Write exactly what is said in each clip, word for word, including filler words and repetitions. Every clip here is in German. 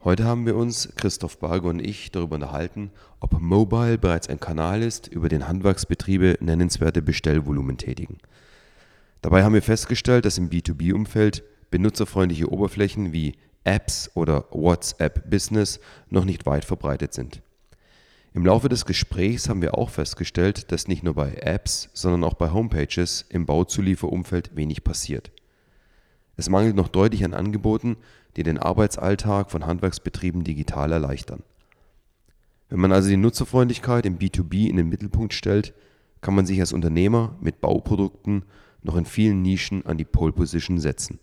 Heute haben wir uns, Christoph Barger und ich, darüber unterhalten, ob Mobile bereits ein Kanal ist, über den Handwerksbetriebe nennenswerte Bestellvolumen tätigen. Dabei haben wir festgestellt, dass im B zwei B-Umfeld benutzerfreundliche Oberflächen wie Apps oder WhatsApp Business noch nicht weit verbreitet sind. Im Laufe des Gesprächs haben wir auch festgestellt, dass nicht nur bei Apps, sondern auch bei Homepages im Bauzulieferumfeld wenig passiert. Es mangelt noch deutlich an Angeboten, die den Arbeitsalltag von Handwerksbetrieben digital erleichtern. Wenn man also die Nutzerfreundlichkeit im B zwei B in den Mittelpunkt stellt, kann man sich als Unternehmer mit Bauprodukten noch in vielen Nischen an die Pole Position setzen.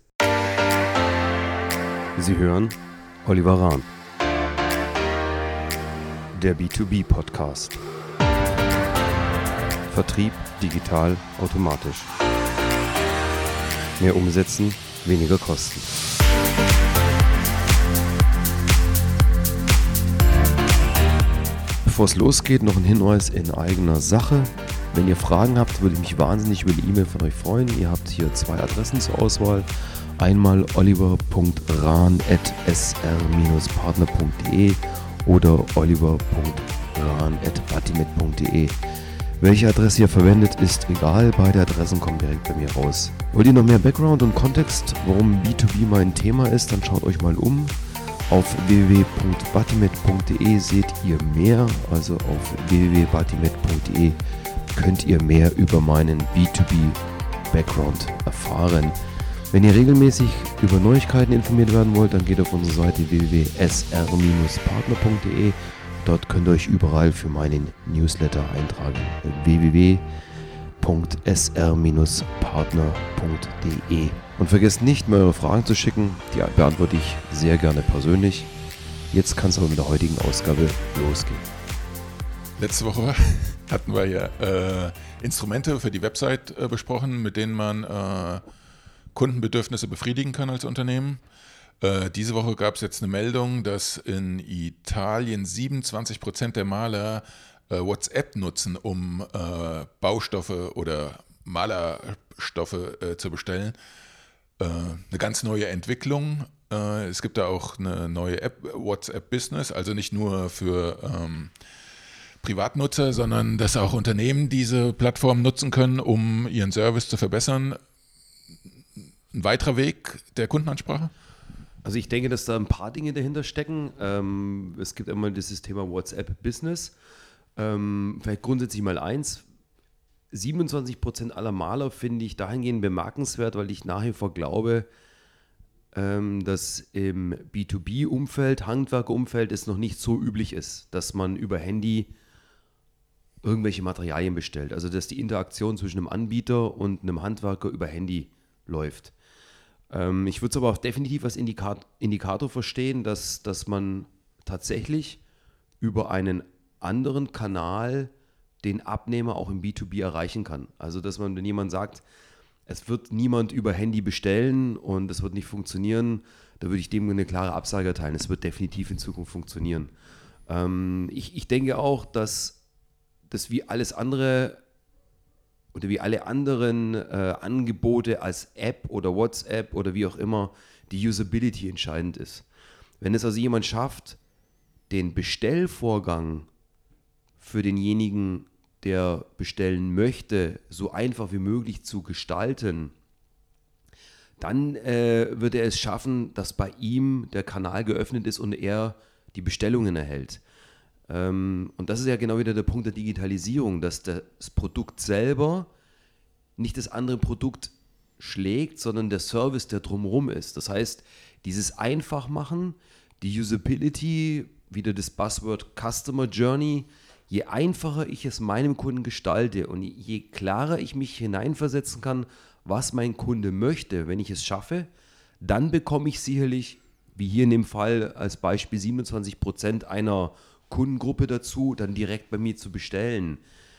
Sie hören Oliver Rahn, der B zwei B Podcast. Vertrieb digital automatisch. Mehr umsetzen, weniger kosten. Bevor es losgeht, noch ein Hinweis in eigener Sache. Wenn ihr Fragen habt, würde ich mich wahnsinnig über die E-Mail von euch freuen. Ihr habt hier zwei Adressen zur Auswahl. Einmal oliver punkt rahn at s r dash partner punkt de oder oliver punkt rahn at batimet punkt de. Welche Adresse ihr verwendet, ist egal. Beide Adressen kommen direkt bei mir raus. Wollt ihr noch mehr Background und Kontext, warum B zwei B mein Thema ist, dann schaut euch mal um. Auf w w w punkt batimet punkt de seht ihr mehr, also auf w w w punkt batimet punkt de könnt ihr mehr über meinen B zwei B-Background erfahren. Wenn ihr regelmäßig über Neuigkeiten informiert werden wollt, dann geht auf unsere Seite w w w punkt s r dash partner punkt de. Dort könnt ihr euch überall für meinen Newsletter eintragen. w w w punkt s r dash partner punkt de. Und vergesst nicht, mir eure Fragen zu schicken, die beantworte ich sehr gerne persönlich. Jetzt kann es aber mit der heutigen Ausgabe losgehen. Letzte Woche hatten wir ja äh, Instrumente für die Website äh, besprochen, mit denen man äh, Kundenbedürfnisse befriedigen kann als Unternehmen. Äh, diese Woche gab es jetzt eine Meldung, dass in Italien siebenundzwanzig Prozent der Maler äh, WhatsApp nutzen, um äh, Baustoffe oder Malerstoffe äh, zu bestellen. Äh, eine ganz neue Entwicklung. Äh, es gibt da auch eine neue App, WhatsApp Business, also nicht nur für ähm, Privatnutzer, sondern dass auch Unternehmen diese Plattform nutzen können, um ihren Service zu verbessern. Ein weiterer Weg der Kundenansprache? Also ich denke, dass da ein paar Dinge dahinter stecken. Ähm, es gibt einmal dieses Thema WhatsApp Business. Ähm, vielleicht grundsätzlich mal eins. siebenundzwanzig Prozent aller Maler finde ich dahingehend bemerkenswert, weil ich nach wie vor glaube, ähm, dass im B zwei B-Umfeld, Handwerkerumfeld es noch nicht so üblich ist, dass man über Handy irgendwelche Materialien bestellt. Also dass die Interaktion zwischen einem Anbieter und einem Handwerker über Handy läuft. Ähm, ich würde es aber auch definitiv als Indikat- Indikator verstehen, dass, dass man tatsächlich über einen anderen Kanal den Abnehmer auch im B zwei B erreichen kann. Also dass man, wenn jemand sagt, es wird niemand über Handy bestellen und es wird nicht funktionieren, da würde ich dem eine klare Absage erteilen. Es wird definitiv in Zukunft funktionieren. Ähm, ich, ich denke auch, dass das wie alles andere oder wie alle anderen äh, Angebote als App oder WhatsApp oder wie auch immer die Usability entscheidend ist. Wenn es also jemand schafft, den Bestellvorgang für denjenigen, der bestellen möchte, so einfach wie möglich zu gestalten, dann äh, wird er es schaffen, dass bei ihm der Kanal geöffnet ist und er die Bestellungen erhält. Ähm, und das ist ja genau wieder der Punkt der Digitalisierung, dass das Produkt selber nicht das andere Produkt schlägt, sondern der Service, der drumherum ist. Das heißt, dieses Einfachmachen, die Usability, wieder das Buzzword Customer Journey, je einfacher ich es meinem Kunden gestalte und je klarer ich mich hineinversetzen kann, was mein Kunde möchte, wenn ich es schaffe, dann bekomme ich sicherlich, wie hier in dem Fall als Beispiel, siebenundzwanzig Prozent einer Kundengruppe dazu, dann direkt bei mir zu bestellen.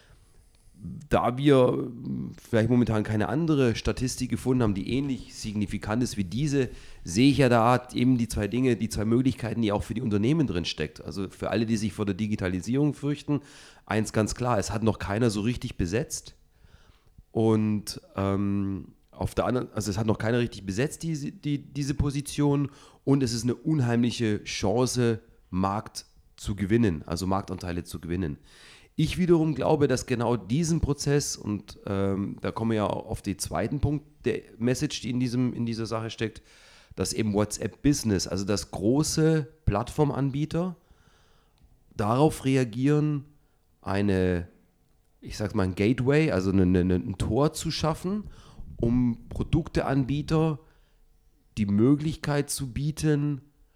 Da wir vielleicht momentan keine andere Statistik gefunden haben, die ähnlich signifikant ist wie diese, sehe ich ja da eben die zwei Dinge, die zwei Möglichkeiten, die auch für die Unternehmen drin steckt. Also für alle, die sich vor der Digitalisierung fürchten, eins ganz klar, es hat noch keiner so richtig besetzt. Und ähm, Auf der anderen, also es hat noch keiner richtig besetzt, die, die, diese Position, und es ist eine unheimliche Chance, Markt zu gewinnen, also Marktanteile zu gewinnen. Ich wiederum glaube, dass genau diesen Prozess, und ähm, da kommen wir ja auf den zweiten Punkt der Message, die in, diesem, in dieser Sache steckt, dass eben WhatsApp Business, also dass große Plattformanbieter darauf reagieren, eine, ich sag mal, ein Gateway, also eine, eine, ein Tor zu schaffen, um Produkteanbieter die Möglichkeit zu bieten,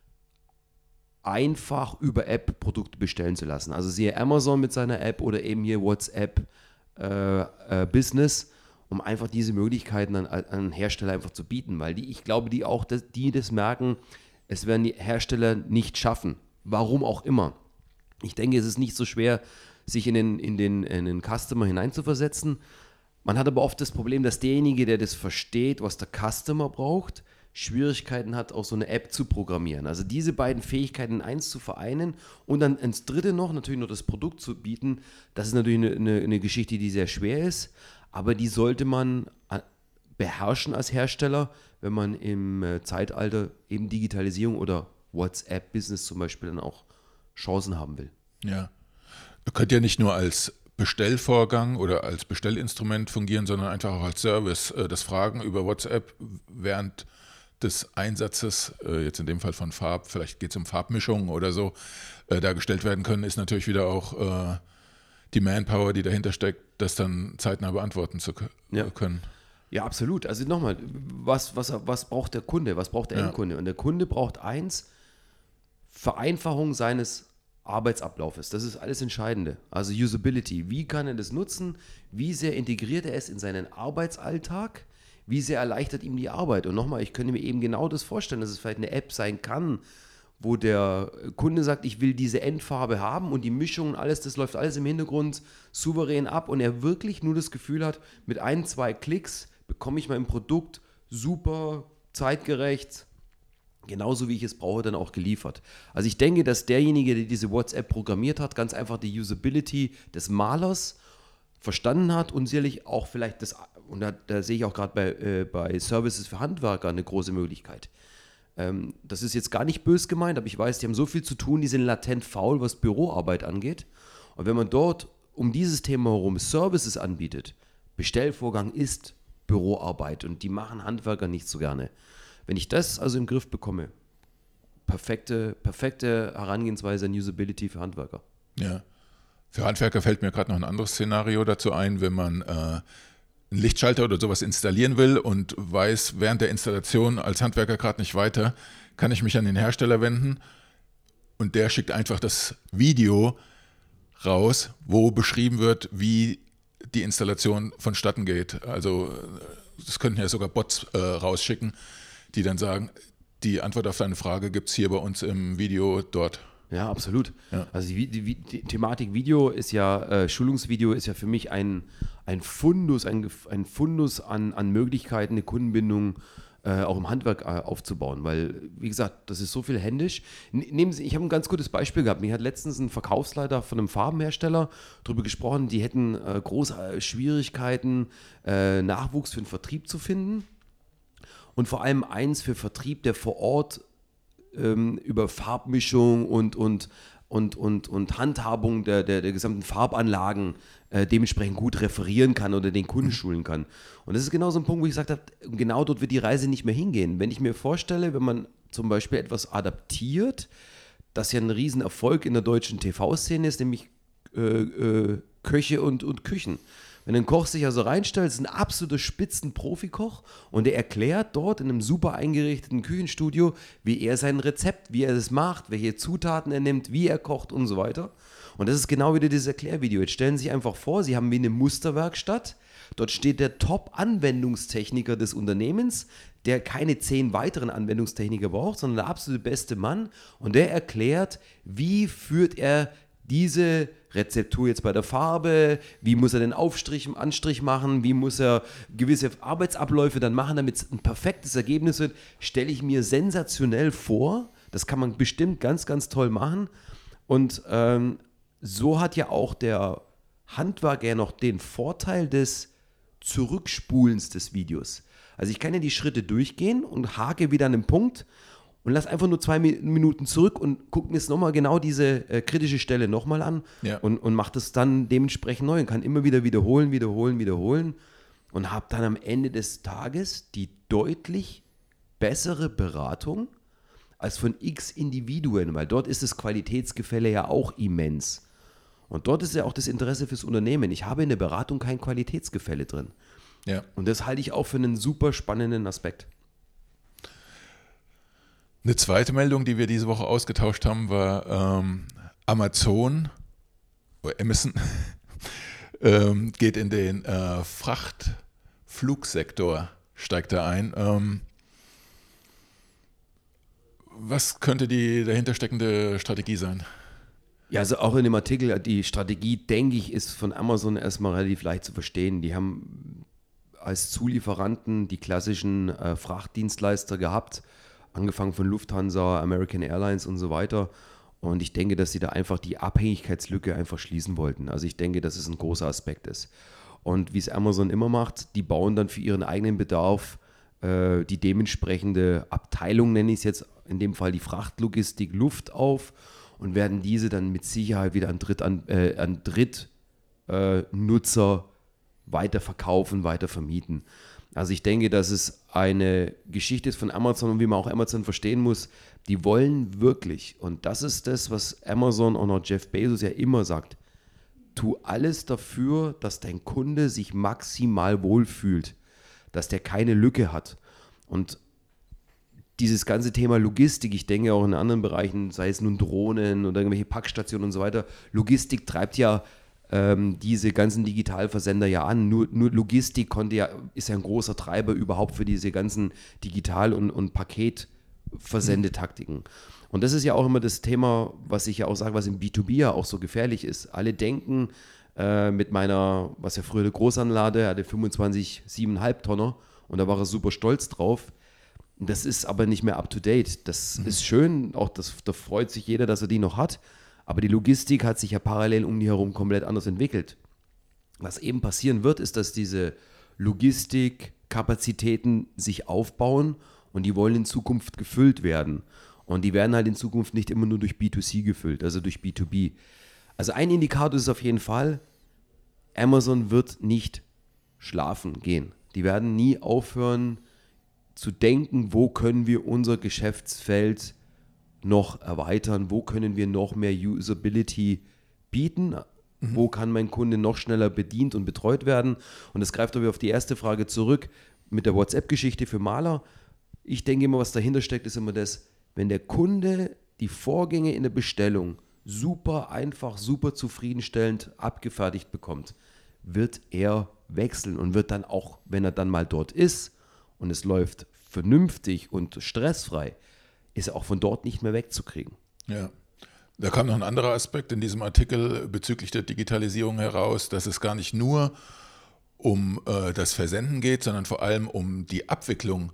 einfach über App Produkte bestellen zu lassen. Also siehe Amazon mit seiner App oder eben hier WhatsApp äh, äh, Business, um einfach diese Möglichkeiten an, an Hersteller einfach zu bieten, weil die, ich glaube, die auch, das, die das merken, es werden die Hersteller nicht schaffen. Warum auch immer. Ich denke, es ist nicht so schwer, sich in den, in den, in den Customer hineinzuversetzen. Man hat aber oft das Problem, dass derjenige, der das versteht, was der Customer braucht, Schwierigkeiten hat, auch so eine App zu programmieren. Also diese beiden Fähigkeiten in eins zu vereinen und dann ins dritte noch, natürlich noch das Produkt zu bieten, das ist natürlich eine, eine, eine Geschichte, die sehr schwer ist, aber die sollte man beherrschen als Hersteller, wenn man im Zeitalter eben Digitalisierung oder WhatsApp-Business zum Beispiel dann auch Chancen haben will. Ja, ihr könnt ja nicht nur als Bestellvorgang oder als Bestellinstrument fungieren, sondern einfach auch als Service. Das Fragen über WhatsApp während des Einsatzes, jetzt in dem Fall von Farb, vielleicht geht es um Farbmischungen oder so, da gestellt werden können, ist natürlich wieder auch die Manpower, die dahinter steckt, das dann zeitnah beantworten zu können. Ja, ja, absolut. Also nochmal, was, was, was braucht der Kunde, was braucht der ja. Endkunde? Und der Kunde braucht eins, Vereinfachung seines Arbeitsablaufes. Das ist alles Entscheidende. Also Usability. Wie kann er das nutzen? Wie sehr integriert er es in seinen Arbeitsalltag? Wie sehr erleichtert ihm die Arbeit? Und nochmal, ich könnte mir eben genau das vorstellen, dass es vielleicht eine App sein kann, wo der Kunde sagt, ich will diese Endfarbe haben und die Mischung und alles, das läuft alles im Hintergrund souverän ab und er wirklich nur das Gefühl hat, mit ein, zwei Klicks bekomme ich mein Produkt super zeitgerecht, genauso wie ich es brauche, dann auch geliefert. Also ich denke, dass derjenige, der diese WhatsApp programmiert hat, ganz einfach die Usability des Malers verstanden hat und sicherlich auch vielleicht das, und da, da sehe ich auch gerade bei, äh, bei Services für Handwerker eine große Möglichkeit. Ähm, das ist jetzt gar nicht böse gemeint, aber ich weiß, die haben so viel zu tun, die sind latent faul, was Büroarbeit angeht. Und wenn man dort um dieses Thema herum Services anbietet, Bestellvorgang ist Büroarbeit und die machen Handwerker nicht so gerne. Wenn ich das also im Griff bekomme, perfekte, perfekte Herangehensweise an Usability für Handwerker. Ja, für Handwerker fällt mir gerade noch ein anderes Szenario dazu ein, wenn man äh, einen Lichtschalter oder sowas installieren will und weiß während der Installation als Handwerker gerade nicht weiter, kann ich mich an den Hersteller wenden und der schickt einfach das Video raus, wo beschrieben wird, wie die Installation vonstatten geht. Also das könnten ja sogar Bots äh, rausschicken, die dann sagen, die Antwort auf deine Frage gibt es hier bei uns im Video dort. Ja, absolut. Ja. Also die, die, die Thematik Video ist ja, äh, Schulungsvideo ist ja für mich ein, ein Fundus, ein, ein Fundus an, an Möglichkeiten, eine Kundenbindung äh, auch im Handwerk äh, aufzubauen, weil, wie gesagt, das ist so viel händisch. Nehmen Sie, ich habe ein ganz gutes Beispiel gehabt. Mir hat letztens ein Verkaufsleiter von einem Farbenhersteller darüber gesprochen, die hätten äh, große Schwierigkeiten, äh, Nachwuchs für den Vertrieb zu finden und vor allem eins für Vertrieb, der vor Ort ähm, über Farbmischung und, und, und, und, und Handhabung der, der, der gesamten Farbanlagen äh, dementsprechend gut referieren kann oder den Kunden schulen kann. Und das ist genau so ein Punkt, wo ich gesagt habe, genau dort wird die Reise nicht mehr hingehen. Wenn ich mir vorstelle, wenn man zum Beispiel etwas adaptiert, das ja ein Riesenerfolg in der deutschen T V-Szene ist, nämlich äh, äh, Köche und, und Küchen. Wenn ein Koch sich also reinstellt, ist ein absoluter Spitzenprofikoch und er erklärt dort in einem super eingerichteten Küchenstudio, wie er sein Rezept, wie er das macht, welche Zutaten er nimmt, wie er kocht und so weiter. Und das ist genau wieder dieses Erklärvideo. Jetzt stellen Sie sich einfach vor, Sie haben wie eine Musterwerkstatt. Dort steht der Top-Anwendungstechniker des Unternehmens, der keine zehn weiteren Anwendungstechniker braucht, sondern der absolute beste Mann. Und der erklärt, wie führt er diese Rezeptur jetzt bei der Farbe, wie muss er den Aufstrich, Anstrich machen, wie muss er gewisse Arbeitsabläufe dann machen, damit es ein perfektes Ergebnis wird, stelle ich mir sensationell vor. Das kann man bestimmt ganz, ganz toll machen. Und ähm, so hat ja auch der Handwerker noch den Vorteil des Zurückspulens des Videos. Also ich kann ja die Schritte durchgehen und hake wieder an den Punkt und lass einfach nur zwei Minuten zurück und gucke mir jetzt nochmal genau diese äh, kritische Stelle nochmal an ja. und, und mache das dann dementsprechend neu und kann immer wieder wiederholen, wiederholen, wiederholen und habe dann am Ende des Tages die deutlich bessere Beratung als von x Individuen, weil dort ist das Qualitätsgefälle ja auch immens. Und dort ist ja auch das Interesse fürs Unternehmen. Ich habe in der Beratung kein Qualitätsgefälle drin. Ja. Und das halte ich auch für einen super spannenden Aspekt. Eine zweite Meldung, die wir diese Woche ausgetauscht haben, war ähm, Amazon oder Amazon ähm, geht in den äh, Frachtflugsektor, steigt da ein. Ähm, was könnte die dahinter steckende Strategie sein? Ja, also auch in dem Artikel, die Strategie, denke ich, ist von Amazon erstmal relativ leicht zu verstehen. Die haben als Zulieferanten die klassischen äh, Frachtdienstleister gehabt, angefangen von Lufthansa, American Airlines und so weiter. Und ich denke, dass sie da einfach die Abhängigkeitslücke einfach schließen wollten. Also ich denke, dass es ein großer Aspekt ist. Und wie es Amazon immer macht, die bauen dann für ihren eigenen Bedarf äh, die dementsprechende Abteilung, nenne ich es jetzt, in dem Fall die Frachtlogistik Luft auf und werden diese dann mit Sicherheit wieder an, Dritt, an, äh, an Drittnutzer äh, weiter verkaufen, weiter vermieten. Also ich denke, dass es eine Geschichte ist von Amazon und wie man auch Amazon verstehen muss, die wollen wirklich, und das ist das, was Amazon und auch Jeff Bezos ja immer sagt, tu alles dafür, dass dein Kunde sich maximal wohlfühlt, dass der keine Lücke hat. Und dieses ganze Thema Logistik, ich denke auch in anderen Bereichen, sei es nun Drohnen oder irgendwelche Packstationen und so weiter, Logistik treibt ja ähm, diese ganzen Digitalversender ja an. Nur, nur Logistik konnte ja, ist ja ein großer Treiber überhaupt für diese ganzen Digital- und, und Paketversendetaktiken. Und das ist ja auch immer das Thema, was ich ja auch sage, was im B zwei B ja auch so gefährlich ist. Alle denken äh, mit meiner, was ja früher der Großanlage, er hatte fünfundzwanzig siebeneinhalb Tonner und da war er super stolz drauf. Das ist aber nicht mehr up to date. Das mhm. ist schön, auch das, da freut sich jeder, dass er die noch hat. Aber die Logistik hat sich ja parallel um die herum komplett anders entwickelt. Was eben passieren wird, ist, dass diese Logistikkapazitäten sich aufbauen und die wollen in Zukunft gefüllt werden. Und die werden halt in Zukunft nicht immer nur durch B zwei C gefüllt, also durch B zwei B. Also ein Indikator ist auf jeden Fall, Amazon wird nicht schlafen gehen. Die werden nie aufhören zu denken, wo können wir unser Geschäftsfeld noch erweitern, wo können wir noch mehr Usability bieten, mhm. wo kann mein Kunde noch schneller bedient und betreut werden. Und das greift aber auf die erste Frage zurück mit der WhatsApp-Geschichte für Maler. Ich denke immer, was dahinter steckt, ist immer das, wenn der Kunde die Vorgänge in der Bestellung super einfach, super zufriedenstellend abgefertigt bekommt, wird er wechseln und wird dann auch, wenn er dann mal dort ist, und es läuft vernünftig und stressfrei, ist er auch von dort nicht mehr wegzukriegen. Ja, da kam noch ein anderer Aspekt in diesem Artikel bezüglich der Digitalisierung heraus, dass es gar nicht nur um äh, das Versenden geht, sondern vor allem um die Abwicklung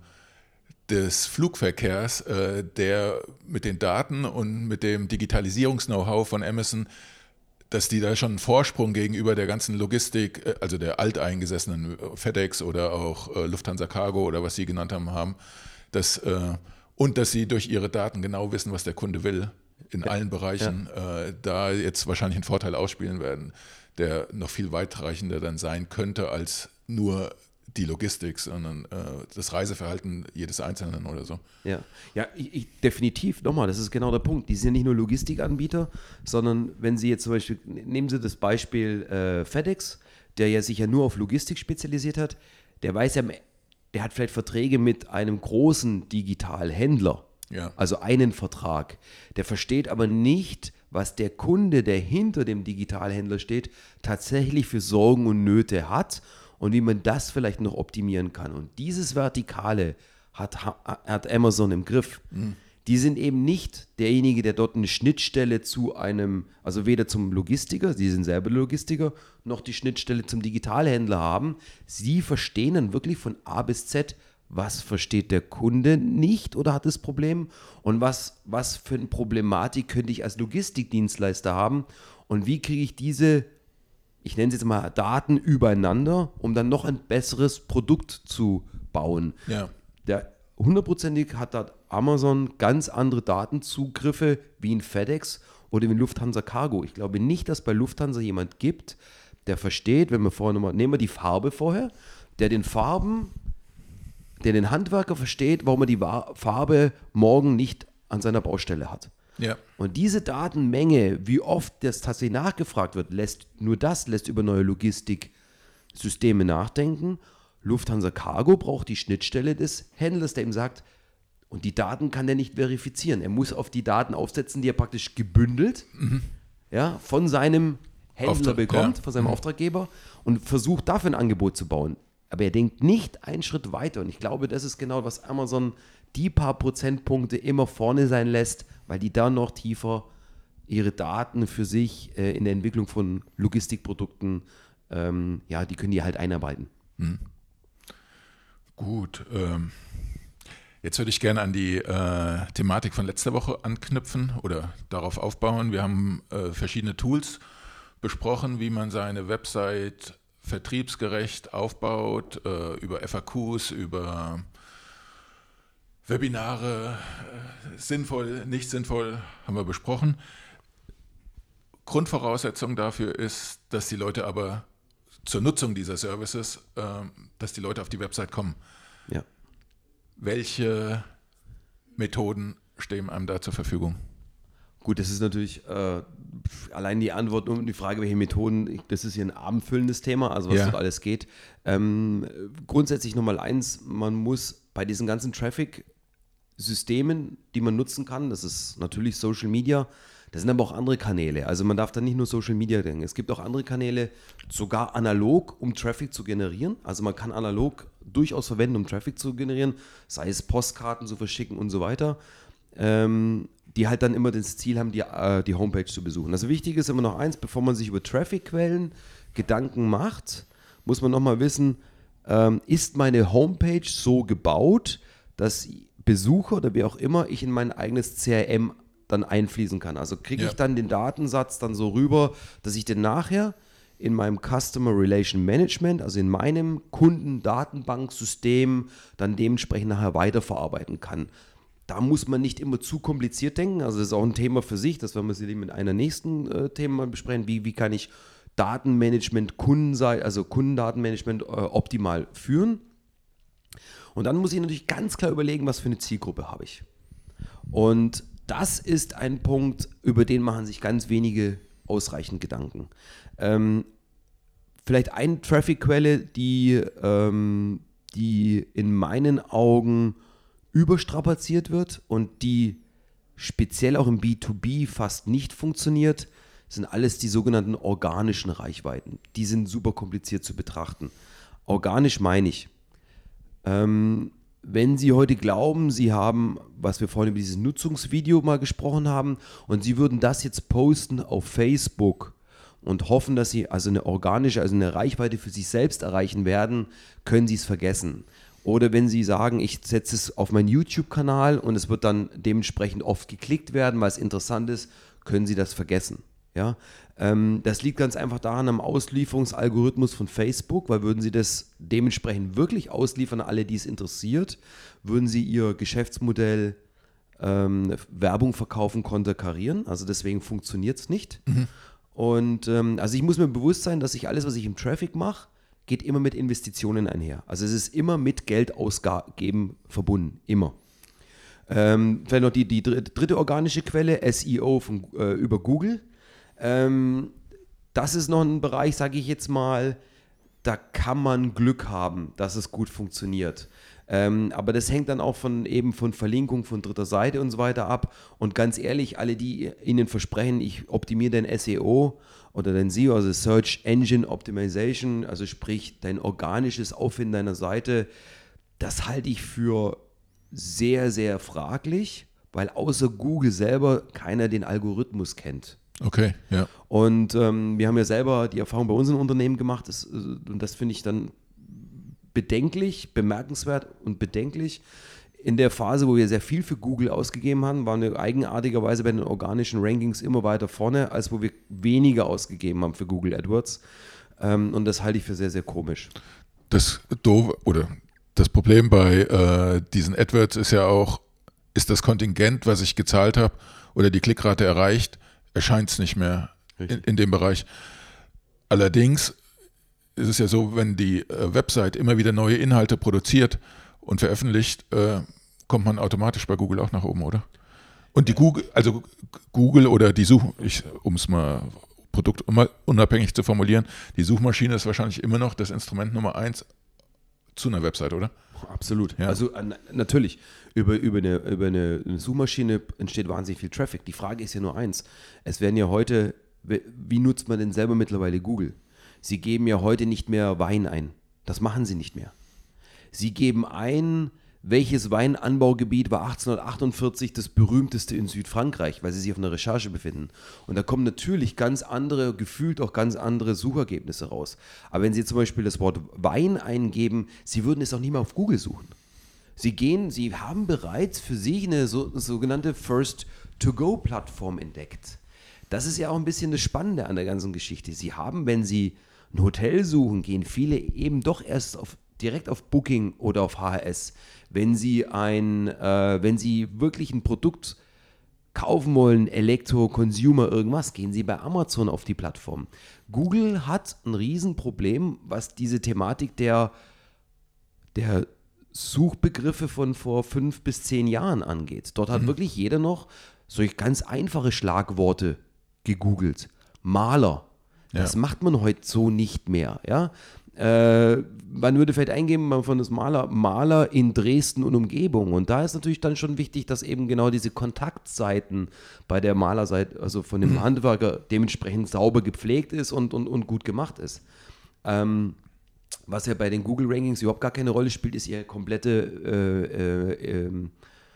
des Flugverkehrs, äh, der mit den Daten und mit dem Digitalisierungs-Know-how von Amazon, dass die da schon einen Vorsprung gegenüber der ganzen Logistik, also der alteingesessenen FedEx oder auch äh, Lufthansa Cargo oder was sie genannt haben, haben. Dass, äh, und dass sie durch ihre Daten genau wissen, was der Kunde will, in ja. allen Bereichen, ja. äh, da jetzt wahrscheinlich einen Vorteil ausspielen werden, der noch viel weitreichender dann sein könnte als nur die Logistik, sondern äh, das Reiseverhalten jedes Einzelnen oder so. Ja, ja ich, ich, definitiv, nochmal, das ist genau der Punkt. Die sind ja nicht nur Logistikanbieter, sondern wenn Sie jetzt zum Beispiel, nehmen Sie das Beispiel äh, FedEx, der ja sich ja nur auf Logistik spezialisiert hat, der weiß ja, der hat vielleicht Verträge mit einem großen Digitalhändler, ja. also einen Vertrag. Der versteht aber nicht, was der Kunde, der hinter dem Digitalhändler steht, tatsächlich für Sorgen und Nöte hat und wie man das vielleicht noch optimieren kann. Und dieses Vertikale hat, hat Amazon im Griff. Mhm. Die sind eben nicht derjenige, der dort eine Schnittstelle zu einem, also weder zum Logistiker, die sind selber Logistiker, noch die Schnittstelle zum Digitalhändler haben. Sie verstehen dann wirklich von A bis Z, was versteht der Kunde nicht oder hat das Problem und was, was für eine Problematik könnte ich als Logistikdienstleister haben und wie kriege ich diese, ich nenne es jetzt mal Daten übereinander, um dann noch ein besseres Produkt zu bauen. Ja. Der hundertprozentig hat da Amazon ganz andere Datenzugriffe wie in FedEx oder wie in Lufthansa Cargo. Ich glaube nicht, dass bei Lufthansa jemand gibt, der versteht, wenn wir vorher nochmal, nehmen wir die Farbe vorher, der den Farben, der den Handwerker versteht, warum er die Farbe morgen nicht an seiner Baustelle hat. Ja. Und diese Datenmenge, wie oft das tatsächlich nachgefragt wird, lässt nur das lässt über neue Logistiksysteme nachdenken. Lufthansa Cargo braucht die Schnittstelle des Händlers, der ihm sagt, und die Daten kann er nicht verifizieren. Er muss auf die Daten aufsetzen, die er praktisch gebündelt mhm. ja, von seinem Händler Auftrag, bekommt, ja. von seinem mhm. Auftraggeber und versucht dafür ein Angebot zu bauen. Aber er denkt nicht einen Schritt weiter. Und ich glaube, das ist genau, was Amazon die paar Prozentpunkte immer vorne sein lässt, weil die dann noch tiefer ihre Daten für sich äh, in der Entwicklung von Logistikprodukten, ähm, ja, die können die halt einarbeiten. Mhm. Gut, ähm, jetzt würde ich gerne an die äh, Thematik von letzter Woche anknüpfen oder darauf aufbauen. Wir haben äh, verschiedene Tools besprochen, wie man seine Website vertriebsgerecht aufbaut, äh, über F A Qs, über Webinare, äh, sinnvoll, nicht sinnvoll, haben wir besprochen. Grundvoraussetzung dafür ist, dass die Leute aber zur Nutzung dieser Services, äh, dass die Leute auf die Website kommen. Ja. Welche Methoden stehen einem da zur Verfügung? Gut, das ist natürlich äh, allein die Antwort um die Frage, welche Methoden, ich, das ist hier ein abendfüllendes Thema, also was ja. dort alles geht. Ähm, grundsätzlich Nummer eins, man muss bei diesen ganzen Traffic-Systemen, die man nutzen kann, das ist natürlich Social Media, das sind aber auch andere Kanäle. Also man darf da nicht nur Social Media denken. Es gibt auch andere Kanäle, sogar analog, um Traffic zu generieren. Also man kann analog durchaus verwenden, um Traffic zu generieren, sei es Postkarten zu verschicken und so weiter. Ähm, die halt dann immer das Ziel haben, die, äh, die Homepage zu besuchen. Also wichtig ist immer noch eins, bevor man sich über Traffic-Quellen Gedanken macht, muss man nochmal wissen, ähm, ist meine Homepage so gebaut, dass Besucher oder wie auch immer ich in mein eigenes C R M dann einfließen kann. Also kriege ja. ich dann den Datensatz dann so rüber, dass ich den nachher in meinem Customer Relation Management, also in meinem Kundendatenbanksystem, dann dementsprechend nachher weiterverarbeiten kann. Da muss man nicht immer zu kompliziert denken. Also das ist auch ein Thema für sich, das werden wir sicherlich mit einer nächsten äh, Thema mal besprechen. Wie, wie kann ich Datenmanagement, Kundenseite, also Kundendatenmanagement äh, optimal führen? Und dann muss ich natürlich ganz klar überlegen, was für eine Zielgruppe habe ich. Und das ist ein Punkt, über den machen sich ganz wenige ausreichend Gedanken. Ähm, vielleicht eine Traffic-Quelle, die, ähm, die in meinen Augen überstrapaziert wird und die speziell auch im B zwei B fast nicht funktioniert, sind alles die sogenannten organischen Reichweiten. Die sind super kompliziert zu betrachten. Organisch meine ich, ähm, wenn Sie heute glauben, Sie haben, was wir vorhin über dieses Nutzungsvideo mal gesprochen haben, und Sie würden das jetzt posten auf Facebook und hoffen, dass Sie also eine organische, also eine Reichweite für sich selbst erreichen werden, können Sie es vergessen. Oder wenn Sie sagen, ich setze es auf meinen YouTube-Kanal und es wird dann dementsprechend oft geklickt werden, weil es interessant ist, können Sie das vergessen. Ja? Ähm, das liegt ganz einfach daran am Auslieferungsalgorithmus von Facebook, weil würden Sie das dementsprechend wirklich ausliefern an alle, die es interessiert, würden Sie Ihr Geschäftsmodell ähm, Werbung verkaufen konterkarieren. Also deswegen funktioniert es nicht. Mhm. Und ähm, also ich muss mir bewusst sein, dass ich alles, was ich im Traffic mache, geht immer mit Investitionen einher. Also es ist immer mit Geld ausgeben verbunden, immer. Ähm, vielleicht noch die, die dritte organische Quelle, S E O von, äh, über Google. Ähm, das ist noch ein Bereich, sage ich jetzt mal, da kann man Glück haben, dass es gut funktioniert. Ähm, aber das hängt dann auch von eben von Verlinkung von dritter Seite und so weiter ab. Und ganz ehrlich, alle, die Ihnen versprechen, ich optimiere dein S E O oder dein S E O, also Search Engine Optimization, also sprich dein organisches Auffinden deiner Seite, das halte ich für sehr, sehr fraglich, weil außer Google selber keiner den Algorithmus kennt. Okay, ja. Und ähm, wir haben ja selber die Erfahrung bei unseren Unternehmen gemacht, das, und das finde ich dann bedenklich, bemerkenswert und bedenklich. In der Phase, wo wir sehr viel für Google ausgegeben haben, waren wir eigenartigerweise bei den organischen Rankings immer weiter vorne, als wo wir weniger ausgegeben haben für Google AdWords. Ähm, und das halte ich für sehr, sehr komisch. Das doof oder das Problem bei äh, diesen AdWords ist ja auch, ist das Kontingent, was ich gezahlt habe oder die Klickrate erreicht, erscheint es nicht mehr in, in dem Bereich. Allerdings ist es ja so, wenn die äh, Website immer wieder neue Inhalte produziert und veröffentlicht, äh, kommt man automatisch bei Google auch nach oben, oder? Und die Google, also Google oder die Such, um es mal produktunabhängig zu formulieren, die Suchmaschine ist wahrscheinlich immer noch das Instrument Nummer eins zu einer Website, oder? Absolut. Ja. Also äh, natürlich, über, über, eine, über eine Suchmaschine entsteht wahnsinnig viel Traffic. Die Frage ist ja nur eins. Es werden ja heute, wie nutzt man denn selber mittlerweile Google? Sie geben ja heute nicht mehr Wein ein. Das machen sie nicht mehr. Sie geben ein, welches Weinanbaugebiet war achtzehnhundertachtundvierzig das berühmteste in Südfrankreich, weil sie sich auf einer Recherche befinden. Und da kommen natürlich ganz andere, gefühlt auch ganz andere Suchergebnisse raus. Aber wenn Sie zum Beispiel das Wort Wein eingeben, Sie würden es auch nicht mehr auf Google suchen. Sie gehen, Sie haben bereits für sich eine so, sogenannte First-to-Go-Plattform entdeckt. Das ist ja auch ein bisschen das Spannende an der ganzen Geschichte. Sie haben, wenn Sie ein Hotel suchen, gehen viele eben doch erst auf, direkt auf Booking oder auf H R S. Wenn Sie, ein, äh, wenn Sie wirklich ein Produkt kaufen wollen, Elektro, Consumer, irgendwas, gehen Sie bei Amazon auf die Plattform. Google hat ein Riesenproblem, was diese Thematik der, der Suchbegriffe von vor fünf bis zehn Jahren angeht. Dort hat mhm. wirklich jeder noch solch ganz einfache Schlagworte gegoogelt. Maler. Das ja. macht man heute so nicht mehr. Ja? Äh, man würde vielleicht eingeben, man von das Maler, Maler in Dresden und Umgebung. Und da ist natürlich dann schon wichtig, dass eben genau diese Kontaktseiten bei der Malerseite, also von dem Handwerker, dementsprechend sauber gepflegt ist und, und, und gut gemacht ist. Ähm, was ja bei den Google-Rankings überhaupt gar keine Rolle spielt, ist ihre komplette äh, äh, äh,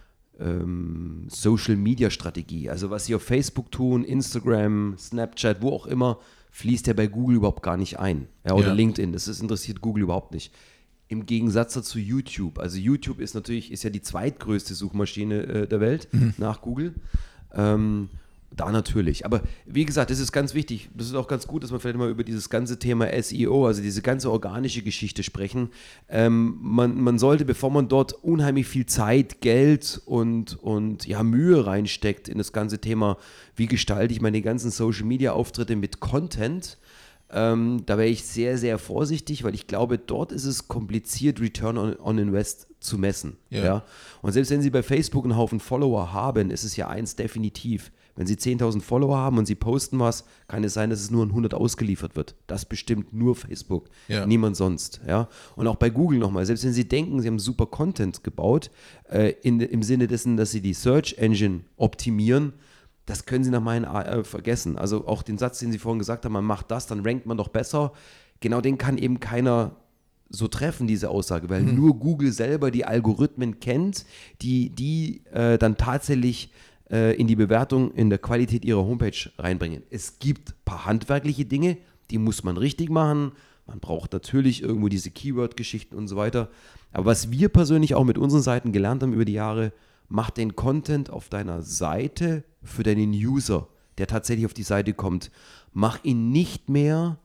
ähm, Social-Media-Strategie. Also was sie auf Facebook tun, Instagram, Snapchat, wo auch immer, fließt ja bei Google überhaupt gar nicht ein. Ja, oder ja. LinkedIn, das ist, interessiert Google überhaupt nicht. Im Gegensatz dazu YouTube. Also YouTube ist natürlich, ist ja die zweitgrößte Suchmaschine äh, der Welt mhm. nach Google. Ähm, da natürlich. Aber wie gesagt, das ist ganz wichtig. Das ist auch ganz gut, dass wir vielleicht mal über dieses ganze Thema S E O, also diese ganze organische Geschichte sprechen. Ähm, man, man sollte, bevor man dort unheimlich viel Zeit, Geld und, und ja, Mühe reinsteckt in das ganze Thema, wie gestalte ich meine ganzen Social-Media-Auftritte mit Content, ähm, da wäre ich sehr, sehr vorsichtig, weil ich glaube, dort ist es kompliziert, Return on, on Invest zu messen. Yeah. Ja? Und selbst wenn Sie bei Facebook einen Haufen Follower haben, ist es ja eins definitiv. Wenn Sie zehntausend Follower haben und Sie posten was, kann es sein, dass es nur an hundert ausgeliefert wird. Das bestimmt nur Facebook, ja. niemand sonst. Ja? Und auch bei Google nochmal, selbst wenn Sie denken, Sie haben super Content gebaut, äh, in, im Sinne dessen, dass Sie die Search Engine optimieren, das können Sie nach meinen äh, vergessen. Also auch den Satz, den Sie vorhin gesagt haben, man macht das, dann rankt man doch besser. Genau den kann eben keiner so treffen, diese Aussage, weil mhm. nur Google selber die Algorithmen kennt, die, die äh, dann tatsächlich in die Bewertung, in der Qualität ihrer Homepage reinbringen. Es gibt ein paar handwerkliche Dinge, die muss man richtig machen. Man braucht natürlich irgendwo diese Keyword-Geschichten und so weiter. Aber was wir persönlich auch mit unseren Seiten gelernt haben über die Jahre, mach den Content auf deiner Seite für deinen User, der tatsächlich auf die Seite kommt, mach ihn nicht mehr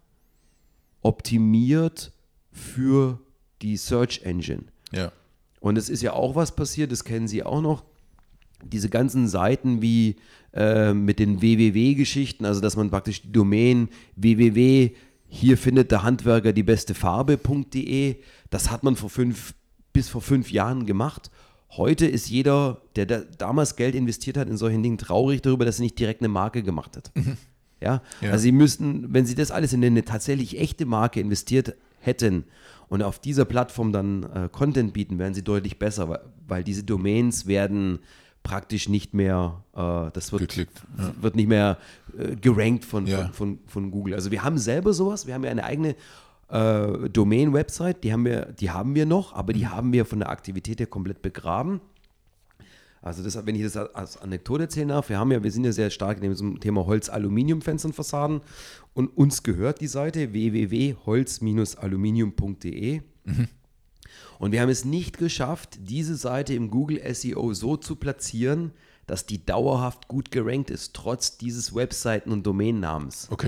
optimiert für die Search Engine. Ja. Und es ist ja auch was passiert, das kennen Sie auch noch, diese ganzen Seiten wie äh, mit den W W W-Geschichten, also dass man praktisch die Domain w w w hier findet der Handwerker die beste Farbe.de, das hat man vor fünf, bis vor fünf Jahren gemacht. Heute ist jeder, der da damals Geld investiert hat in solchen Dingen, traurig darüber, dass er nicht direkt eine Marke gemacht hat. Mhm. Ja? Ja. Also Sie müssten, wenn Sie das alles in eine tatsächlich echte Marke investiert hätten und auf dieser Plattform dann äh, Content bieten, wären Sie deutlich besser, weil, weil diese Domains werden praktisch nicht mehr, äh, das wird, Geklickt, ja. wird nicht mehr äh, gerankt von, ja. von, von, von Google. Also wir haben selber sowas, wir haben ja eine eigene äh, Domain-Website, die haben wir, die haben wir noch, aber die haben wir von der Aktivität her komplett begraben. Also das, wenn ich das als Anekdote erzählen darf, wir haben ja, wir sind ja sehr stark in diesem Thema Holz, Aluminium, Fenstern, Fassaden und uns gehört die Seite w w w punkt holz Bindestrich aluminium punkt d e. Mhm. Und wir haben es nicht geschafft, diese Seite im Google S E O so zu platzieren, dass die dauerhaft gut gerankt ist, trotz dieses Webseiten- und Domainnamens. Okay.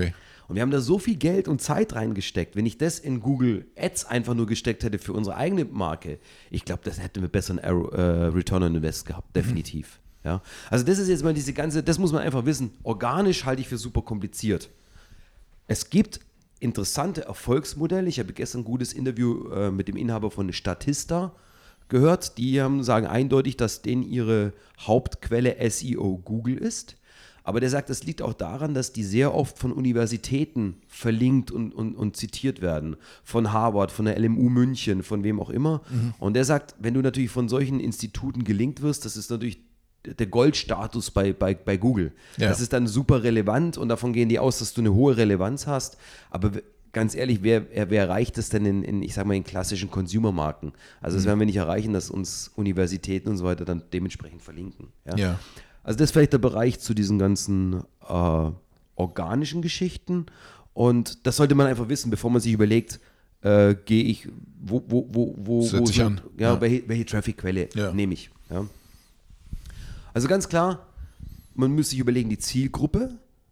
Und wir haben da so viel Geld und Zeit reingesteckt. Wenn ich das in Google Ads einfach nur gesteckt hätte für unsere eigene Marke, ich glaube, das hätten wir besseren äh, Return on Invest gehabt, definitiv. Mhm. Ja? Also das ist jetzt mal diese ganze, das muss man einfach wissen. Organisch halte ich für super kompliziert. Es gibt interessante Erfolgsmodelle. Ich habe gestern ein gutes Interview äh, mit dem Inhaber von Statista gehört. Die haben, sagen eindeutig, dass denen ihre Hauptquelle S E O Google ist. Aber der sagt, das liegt auch daran, dass die sehr oft von Universitäten verlinkt und, und, und zitiert werden. Von Harvard, von der L M U München, von wem auch immer. Mhm. Und der sagt, wenn du natürlich von solchen Instituten gelinkt wirst, das ist natürlich der Goldstatus bei, bei, bei Google. Ja. Das ist dann super relevant und davon gehen die aus, dass du eine hohe Relevanz hast. Aber ganz ehrlich, wer, wer erreicht das denn in, in, ich sag mal, in klassischen Consumer-Marken? Also das mhm. werden wir nicht erreichen, dass uns Universitäten und so weiter dann dementsprechend verlinken. Ja. ja. Also das ist vielleicht der Bereich zu diesen ganzen äh, organischen Geschichten und das sollte man einfach wissen, bevor man sich überlegt, äh, gehe ich, wo, wo, wo, wo, Setz wo ich an. Ja, ja. welche, welche Traffic-Quelle ja. nehme ich. Ja. Also ganz klar, man muss sich überlegen, die Zielgruppe,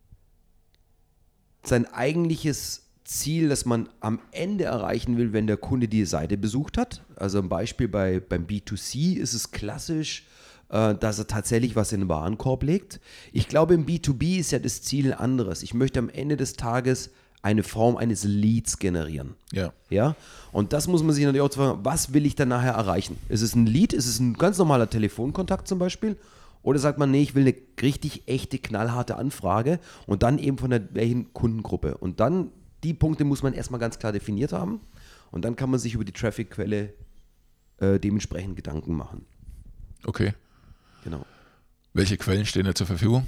sein eigentliches Ziel, das man am Ende erreichen will, wenn der Kunde die Seite besucht hat. Also ein Beispiel bei, beim B zwei C ist es klassisch, dass er tatsächlich was in den Warenkorb legt. Ich glaube, im B zwei B ist ja das Ziel ein anderes. Ich möchte am Ende des Tages eine Form eines Leads generieren. Ja. Ja? Und das muss man sich natürlich auch fragen, was will ich dann nachher erreichen? Ist es ein Lead? Ist es ein ganz normaler Telefonkontakt zum Beispiel? Oder sagt man, nee, ich will eine richtig echte, knallharte Anfrage und dann eben von der welchen Kundengruppe. Und dann, die Punkte muss man erstmal ganz klar definiert haben und dann kann man sich über die Traffic-Quelle äh, dementsprechend Gedanken machen. Okay. Genau. Welche Quellen stehen da zur Verfügung?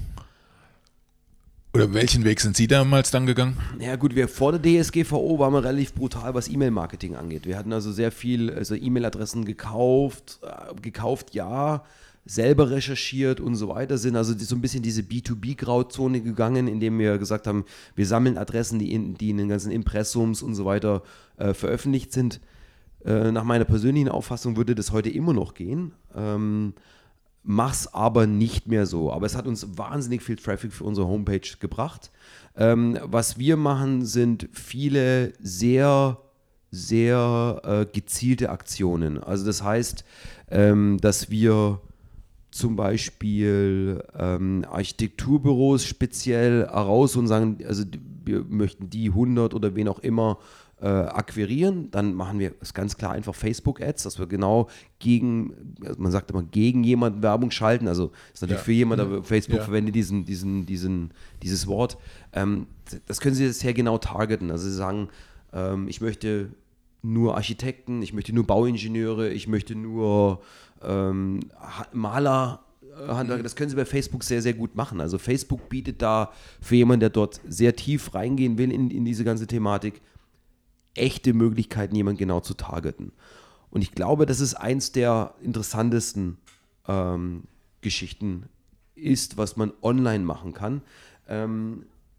Oder welchen Weg sind Sie damals dann gegangen? Ja gut, wir vor der D S G V O waren wir relativ brutal, was E-Mail-Marketing angeht. Wir hatten also sehr viel, also E-Mail-Adressen gekauft, äh, gekauft, ja, selber recherchiert und so weiter, sind also so ein bisschen diese B zwei B-Grauzone gegangen, indem wir gesagt haben, wir sammeln Adressen, die in, die in den ganzen Impressums und so weiter äh, veröffentlicht sind. Äh, nach meiner persönlichen Auffassung würde das heute immer noch gehen. Ähm, Mach's aber nicht mehr so. Aber es hat uns wahnsinnig viel Traffic für unsere Homepage gebracht. Ähm, was wir machen, sind viele sehr, sehr äh, gezielte Aktionen. Also das heißt, ähm, dass wir zum Beispiel ähm, Architekturbüros speziell heraus und sagen, also wir möchten die hundert oder wen auch immer Äh, akquirieren, dann machen wir es ganz klar einfach Facebook-Ads, dass wir genau gegen, man sagt immer, gegen jemanden Werbung schalten, also ist natürlich ja. für jemanden, der Facebook ja. verwendet diesen, diesen, diesen, dieses Wort, ähm, das können Sie jetzt sehr genau targeten, also Sie sagen, ähm, ich möchte nur Architekten, ich möchte nur Bauingenieure, ich möchte nur ähm, Maler, das können Sie bei Facebook sehr, sehr gut machen. Also Facebook bietet da für jemanden, der dort sehr tief reingehen will in, in diese ganze Thematik, echte Möglichkeiten, jemanden genau zu targeten. Und ich glaube, das ist eins der interessantesten ähm, Geschichten ist, was man online machen kann. Ähm,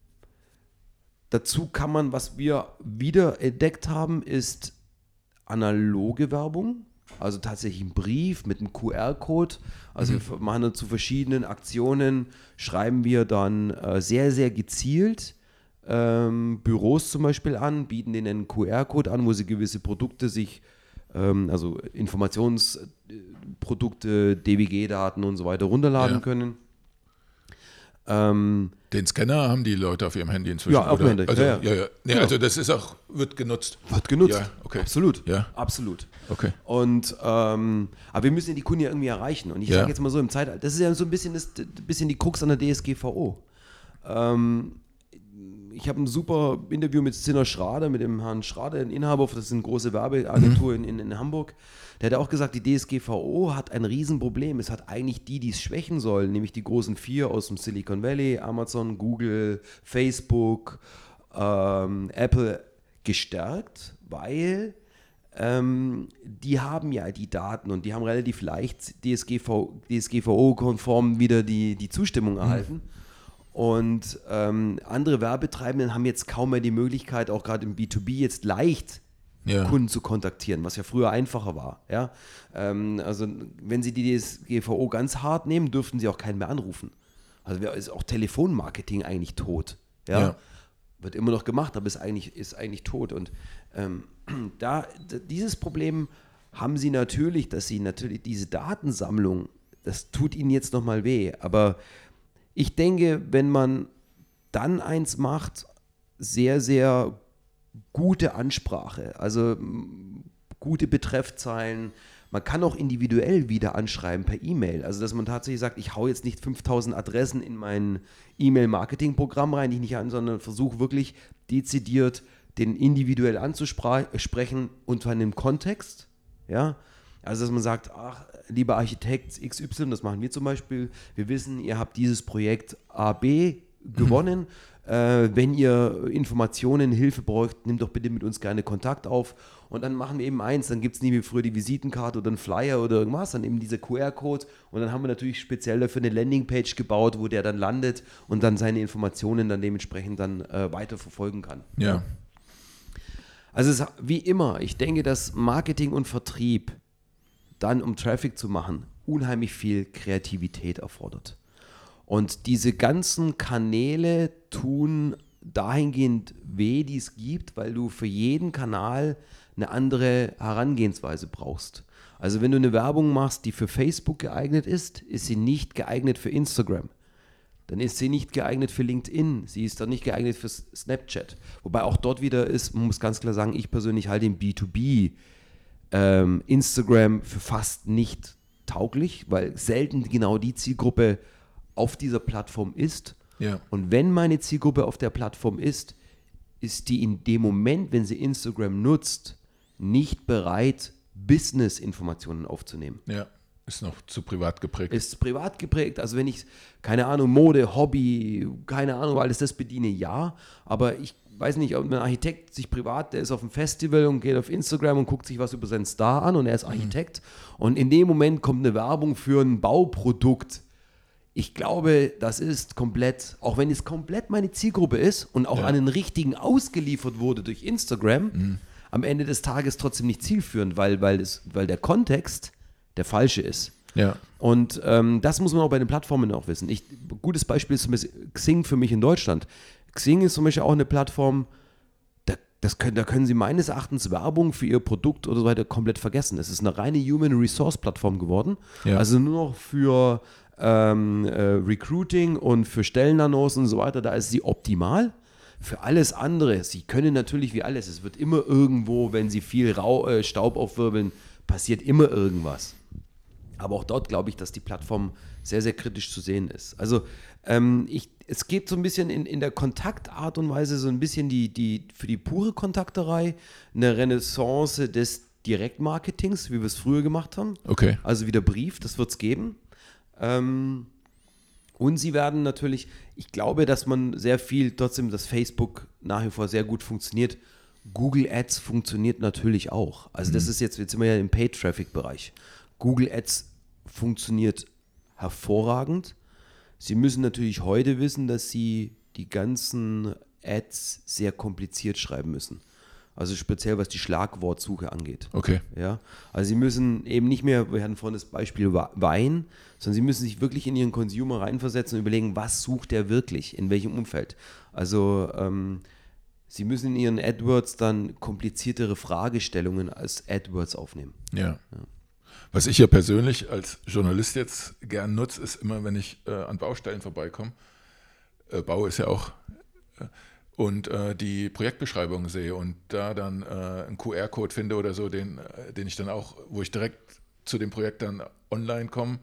dazu kann man, was wir wieder entdeckt haben, ist analoge Werbung, also tatsächlich ein Brief mit einem Q R-Code. Also mhm. wir machen dann zu verschiedenen Aktionen, schreiben wir dann äh, sehr, sehr gezielt Ähm, Büros zum Beispiel an, bieten denen einen Q R-Code an, wo sie gewisse Produkte sich, ähm, also Informationsprodukte, D W G-Daten und so weiter runterladen ja. können. Ähm, Den Scanner haben die Leute auf ihrem Handy inzwischen. Ja, auch Handy. Also, ja, ja. Ja, ja. Nee, genau. Also das ist auch, wird genutzt. Wird genutzt. Ja, okay. Absolut. Ja. Absolut. Okay. Und ähm, aber wir müssen ja die Kunden ja irgendwie erreichen. Und ich ja. sage jetzt mal so im Zeitalter, das ist ja so ein bisschen, das, bisschen die Krux an der D S G V O. Ähm, Ich habe ein super Interview mit Zinner Schrader, mit dem Herrn Schrader, ein Inhaber, das ist eine große Werbeagentur mhm. in, in, in Hamburg. Der hat auch gesagt, die D S G V O hat ein Riesenproblem. Es hat eigentlich die, die es schwächen sollen, nämlich die großen vier aus dem Silicon Valley, Amazon, Google, Facebook, ähm, Apple gestärkt, weil ähm, die haben ja die Daten und die haben relativ leicht D S G V, D S G V O-konform wieder die, die Zustimmung erhalten. Mhm. Und ähm, andere Werbetreibenden haben jetzt kaum mehr die Möglichkeit, auch gerade im B zwei B jetzt leicht ja. Kunden zu kontaktieren, was ja früher einfacher war. Ja? Ähm, also wenn Sie die D S G V O ganz hart nehmen, dürften Sie auch keinen mehr anrufen. Also ist auch Telefonmarketing eigentlich tot. Ja? Ja. wird immer noch gemacht, aber ist eigentlich, ist eigentlich tot. Und ähm, da, dieses Problem haben sie natürlich, dass sie natürlich diese Datensammlung, das tut ihnen jetzt nochmal weh. Aber ich denke, wenn man dann eins macht, sehr, sehr gute Ansprache, also gute Betreffzeilen. Man kann auch individuell wieder anschreiben per E-Mail. Also, dass man tatsächlich sagt, ich hau jetzt nicht fünftausend Adressen in mein E-Mail-Marketing-Programm rein, die ich nicht an, sondern versuche wirklich dezidiert den individuell anzusprechen und zwar in dem Kontext. Ja? Also, dass man sagt, ach, lieber Architekt X Y, das machen wir zum Beispiel, wir wissen, ihr habt dieses Projekt A B gewonnen. Mhm. Äh, wenn ihr Informationen, Hilfe braucht, nehmt doch bitte mit uns gerne Kontakt auf. Und dann machen wir eben eins, dann gibt es nicht wie früher die Visitenkarte oder einen Flyer oder irgendwas, dann eben dieser Q R-Code. Und dann haben wir natürlich speziell dafür eine Landingpage gebaut, wo der dann landet und dann seine Informationen dann dementsprechend dann äh, weiter verfolgen kann. Ja. Also es ist wie immer, ich denke, dass Marketing und Vertrieb dann, um Traffic zu machen, unheimlich viel Kreativität erfordert. Und diese ganzen Kanäle tun dahingehend weh, die es gibt, weil du für jeden Kanal eine andere Herangehensweise brauchst. Also wenn du eine Werbung machst, die für Facebook geeignet ist, ist sie nicht geeignet für Instagram. Dann ist sie nicht geeignet für LinkedIn, sie ist dann nicht geeignet für Snapchat. Wobei auch dort wieder ist, man muss ganz klar sagen, ich persönlich halte den B zwei B ähm, Instagram für fast nicht tauglich, weil selten genau die Zielgruppe auf dieser Plattform ist. Ja. Und wenn meine Zielgruppe auf der Plattform ist, ist die in dem Moment, wenn sie Instagram nutzt, nicht bereit, Business-Informationen aufzunehmen. Ja, ist noch zu privat geprägt. Ist privat geprägt, also wenn ich, keine Ahnung, Mode, Hobby, keine Ahnung, alles das bediene, ja, aber ich weiß nicht, ob ein Architekt sich privat, der ist auf einem Festival und geht auf Instagram und guckt sich was über seinen Star an und er ist Architekt mhm. und in dem Moment kommt eine Werbung für ein Bauprodukt. Ich glaube, das ist komplett, auch wenn es komplett meine Zielgruppe ist und auch ja. an den richtigen ausgeliefert wurde durch Instagram, mhm. am Ende des Tages trotzdem nicht zielführend, weil, weil, es, weil der Kontext der falsche ist. Ja. Und ähm, das muss man auch bei den Plattformen auch wissen. Ich, gutes Beispiel ist zum Beispiel Xing für mich in Deutschland. Xing ist zum Beispiel auch eine Plattform, da, das können, da können Sie meines Erachtens Werbung für Ihr Produkt oder so weiter komplett vergessen. Es ist eine reine Human Resource Plattform geworden. Ja. Also nur noch für Ähm, äh, Recruiting und für Stellenannoncen und so weiter, da ist sie optimal. Für alles andere, sie können natürlich wie alles, es wird immer irgendwo, wenn sie viel Rau, äh, Staub aufwirbeln, passiert immer irgendwas. Aber auch dort glaube ich, dass die Plattform sehr, sehr kritisch zu sehen ist. Also ähm, ich, es geht so ein bisschen in, in der Kontaktart und Weise so ein bisschen die, die, für die pure Kontakterei eine Renaissance des Direktmarketings, wie wir es früher gemacht haben. Okay. Also wieder Brief, das wird es geben. Ähm, und sie werden natürlich, ich glaube, dass man sehr viel, trotzdem, dass Facebook nach wie vor sehr gut funktioniert. Google Ads funktioniert natürlich auch. Also mhm. das ist jetzt, jetzt sind wir ja im Paid-Traffic-Bereich. Google Ads funktioniert hervorragend. Sie müssen natürlich heute wissen, dass sie die ganzen Ads sehr kompliziert schreiben müssen. Also speziell, was die Schlagwortsuche angeht. Okay. Ja, also sie müssen eben nicht mehr, wir hatten vorhin das Beispiel Wein, sondern sie müssen sich wirklich in ihren Consumer reinversetzen und überlegen, was sucht der wirklich, in welchem Umfeld. Also ähm, sie müssen in ihren AdWords dann kompliziertere Fragestellungen als AdWords aufnehmen. Ja. ja. Was ich ja persönlich als Journalist jetzt gern nutze, ist immer, wenn ich äh, an Baustellen vorbeikomme, äh, Bau ist ja auch... Äh, und äh, die Projektbeschreibung sehe und da dann äh, einen Q R-Code finde oder so, den, äh, den ich dann auch, wo ich direkt zu dem Projekt dann online komme.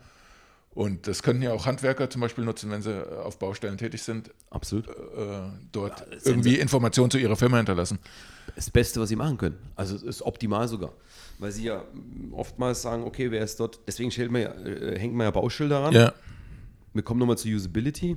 Und das könnten ja auch Handwerker zum Beispiel nutzen, wenn sie auf Baustellen tätig sind. Absolut. Äh, dort ja, irgendwie Informationen zu ihrer Firma hinterlassen. Das Beste, was sie machen können. Also es ist optimal sogar. Weil sie ja oftmals sagen, okay, wer ist dort, deswegen stellt man ja, äh, hängt man ja Bauschilder ran. Ja. Wir kommen nochmal zur Usability.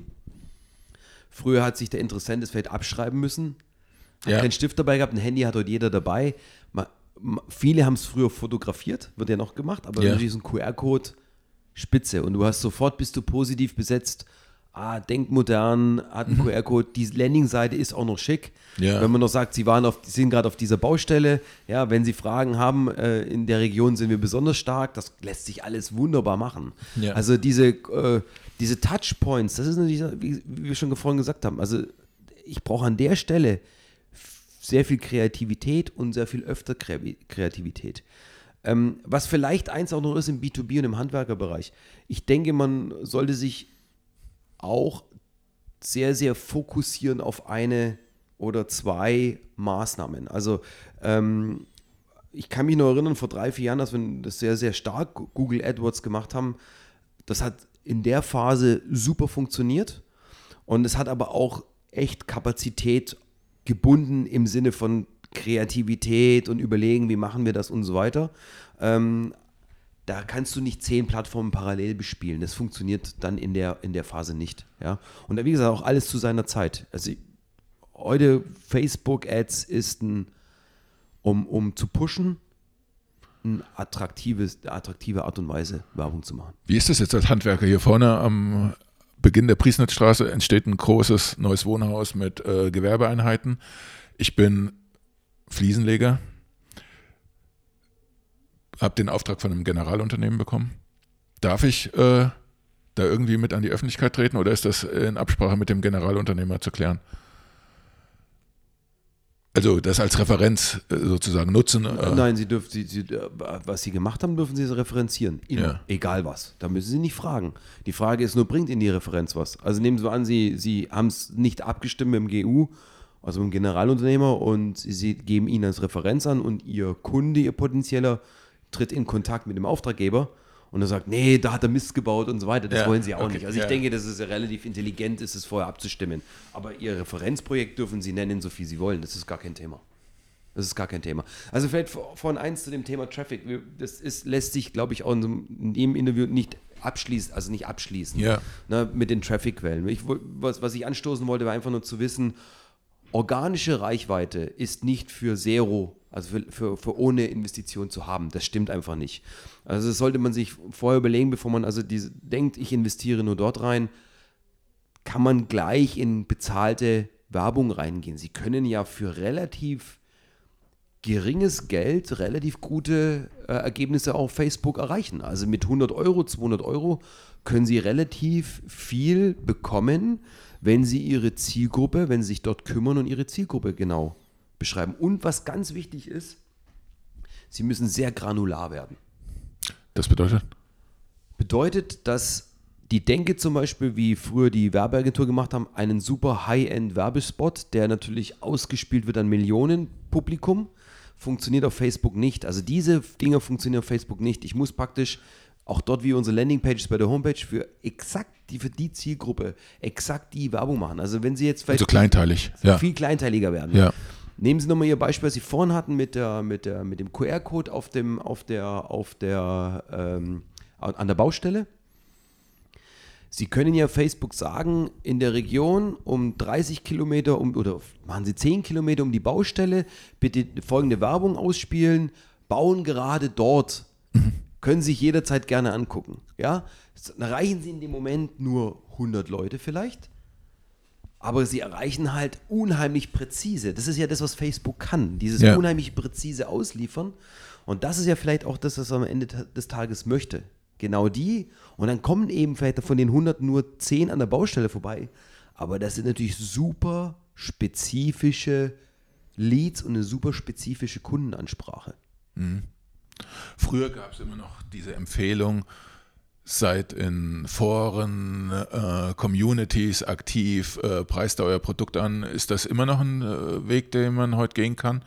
Früher hat sich der Interessent das vielleicht abschreiben müssen. Hat ja. keinen Stift dabei gehabt, ein Handy hat heute jeder dabei. Ma, ma, viele haben es früher fotografiert, wird ja noch gemacht, aber ja. diesen Q R-Code spitze. Und du hast sofort, bist du positiv besetzt. Ah, denkt modern, hat einen mhm. Q R-Code. Die Landingseite ist auch noch schick. Ja. Wenn man noch sagt, sie waren auf, sind gerade auf dieser Baustelle. Ja, wenn sie Fragen haben, äh, in der Region sind wir besonders stark. Das lässt sich alles wunderbar machen. Ja. Also diese, äh, diese Touchpoints, das ist natürlich, wie, wie wir schon vorhin gesagt haben, also ich brauche an der Stelle sehr viel Kreativität und sehr viel öfter Kreativität. Ähm, was vielleicht eins auch noch ist im B zwei B und im Handwerkerbereich. Ich denke, man sollte sich auch sehr, sehr fokussieren auf eine oder zwei Maßnahmen. Also ähm, ich kann mich noch erinnern, vor drei, vier Jahren, als wir das sehr, sehr stark Google AdWords gemacht haben, das hat in der Phase super funktioniert und es hat aber auch echt Kapazität gebunden im Sinne von Kreativität und überlegen, wie machen wir das und so weiter. Ähm, da kannst du nicht zehn Plattformen parallel bespielen. Das funktioniert dann in der, in der Phase nicht. Ja? Und wie gesagt, auch alles zu seiner Zeit. Also heute Facebook-Ads ist ein, um, um zu pushen, eine attraktives, attraktive Art und Weise, Werbung zu machen. Wie ist das jetzt als Handwerker? Hier vorne am Beginn der Priesnitzstraße entsteht ein großes neues Wohnhaus mit äh, Gewerbeeinheiten. Ich bin Fliesenleger, habe den Auftrag von einem Generalunternehmen bekommen. Darf ich äh, da irgendwie mit an die Öffentlichkeit treten oder ist das in Absprache mit dem Generalunternehmer zu klären? Also das als Referenz äh, sozusagen nutzen? Äh. Nein, Sie dürfen, Sie, Sie, was Sie gemacht haben, dürfen Sie referenzieren. Immer, ja. Egal was. Da müssen Sie nicht fragen. Die Frage ist nur, bringt Ihnen die Referenz was? Also nehmen Sie an, Sie, Sie haben es nicht abgestimmt mit dem G U, also mit dem Generalunternehmer, und Sie geben ihn als Referenz an und Ihr Kunde, Ihr potenzieller, tritt in Kontakt mit dem Auftraggeber und er sagt, nee, da hat er Mist gebaut und so weiter. Das ja, wollen Sie auch okay, nicht. Also ich ja. denke, dass es relativ intelligent ist, es vorher abzustimmen. Aber Ihr Referenzprojekt dürfen Sie nennen, so viel Sie wollen. Das ist gar kein Thema. Das ist gar kein Thema. Also vielleicht von eins zu dem Thema Traffic. Das ist, lässt sich, glaube ich, auch in dem Interview nicht abschließen, also nicht abschließen ja. ne, mit den Traffic-Quellen. Ich, was, was ich anstoßen wollte, war einfach nur zu wissen, organische Reichweite ist nicht für Zero, also für, für, für ohne Investition zu haben. Das stimmt einfach nicht. Also das sollte man sich vorher überlegen, bevor man also diese, denkt, ich investiere nur dort rein, kann man gleich in bezahlte Werbung reingehen. Sie können ja für relativ geringes Geld relativ gute äh, Ergebnisse auf Facebook erreichen. Also mit hundert Euro, zweihundert Euro können Sie relativ viel bekommen, wenn Sie Ihre Zielgruppe, wenn Sie sich dort kümmern und Ihre Zielgruppe genau beschreiben. Und was ganz wichtig ist, Sie müssen sehr granular werden. Das bedeutet? Bedeutet, dass die Denke zum Beispiel, wie früher die Werbeagentur gemacht haben, einen super High-End-Werbespot, der natürlich ausgespielt wird an Millionen Publikum, funktioniert auf Facebook nicht. Also diese Dinge funktionieren auf Facebook nicht. Ich muss praktisch auch dort wie unsere Landingpages bei der Homepage für exakt die, für die Zielgruppe exakt die Werbung machen. Also wenn Sie jetzt vielleicht also kleinteilig, viel, ja. viel kleinteiliger werden. Ja. Nehmen Sie nochmal Ihr Beispiel, was Sie vorhin hatten mit, der, mit, der, mit dem Q R-Code auf dem, auf der, auf der, ähm, an der Baustelle. Sie können ja Facebook sagen, in der Region um dreißig Kilometer um, oder machen Sie zehn Kilometer um die Baustelle, bitte folgende Werbung ausspielen, bauen gerade dort. Mhm. Können Sie sich jederzeit gerne angucken. Ja? Dann erreichen Sie in dem Moment nur hundert Leute vielleicht, aber Sie erreichen halt unheimlich präzise. Das ist ja das, was Facebook kann, dieses ja. unheimlich präzise Ausliefern. Und das ist ja vielleicht auch das, was er am Ende des Tages möchte. Genau die. Und dann kommen eben vielleicht von den hundert nur zehn an der Baustelle vorbei. Aber das sind natürlich super spezifische Leads und eine super spezifische Kundenansprache. Mhm. Früher gab es immer noch diese Empfehlung, seid in Foren, äh, Communities aktiv, äh, preist euer Produkt an. Ist das immer noch ein äh, Weg, den man heute gehen kann?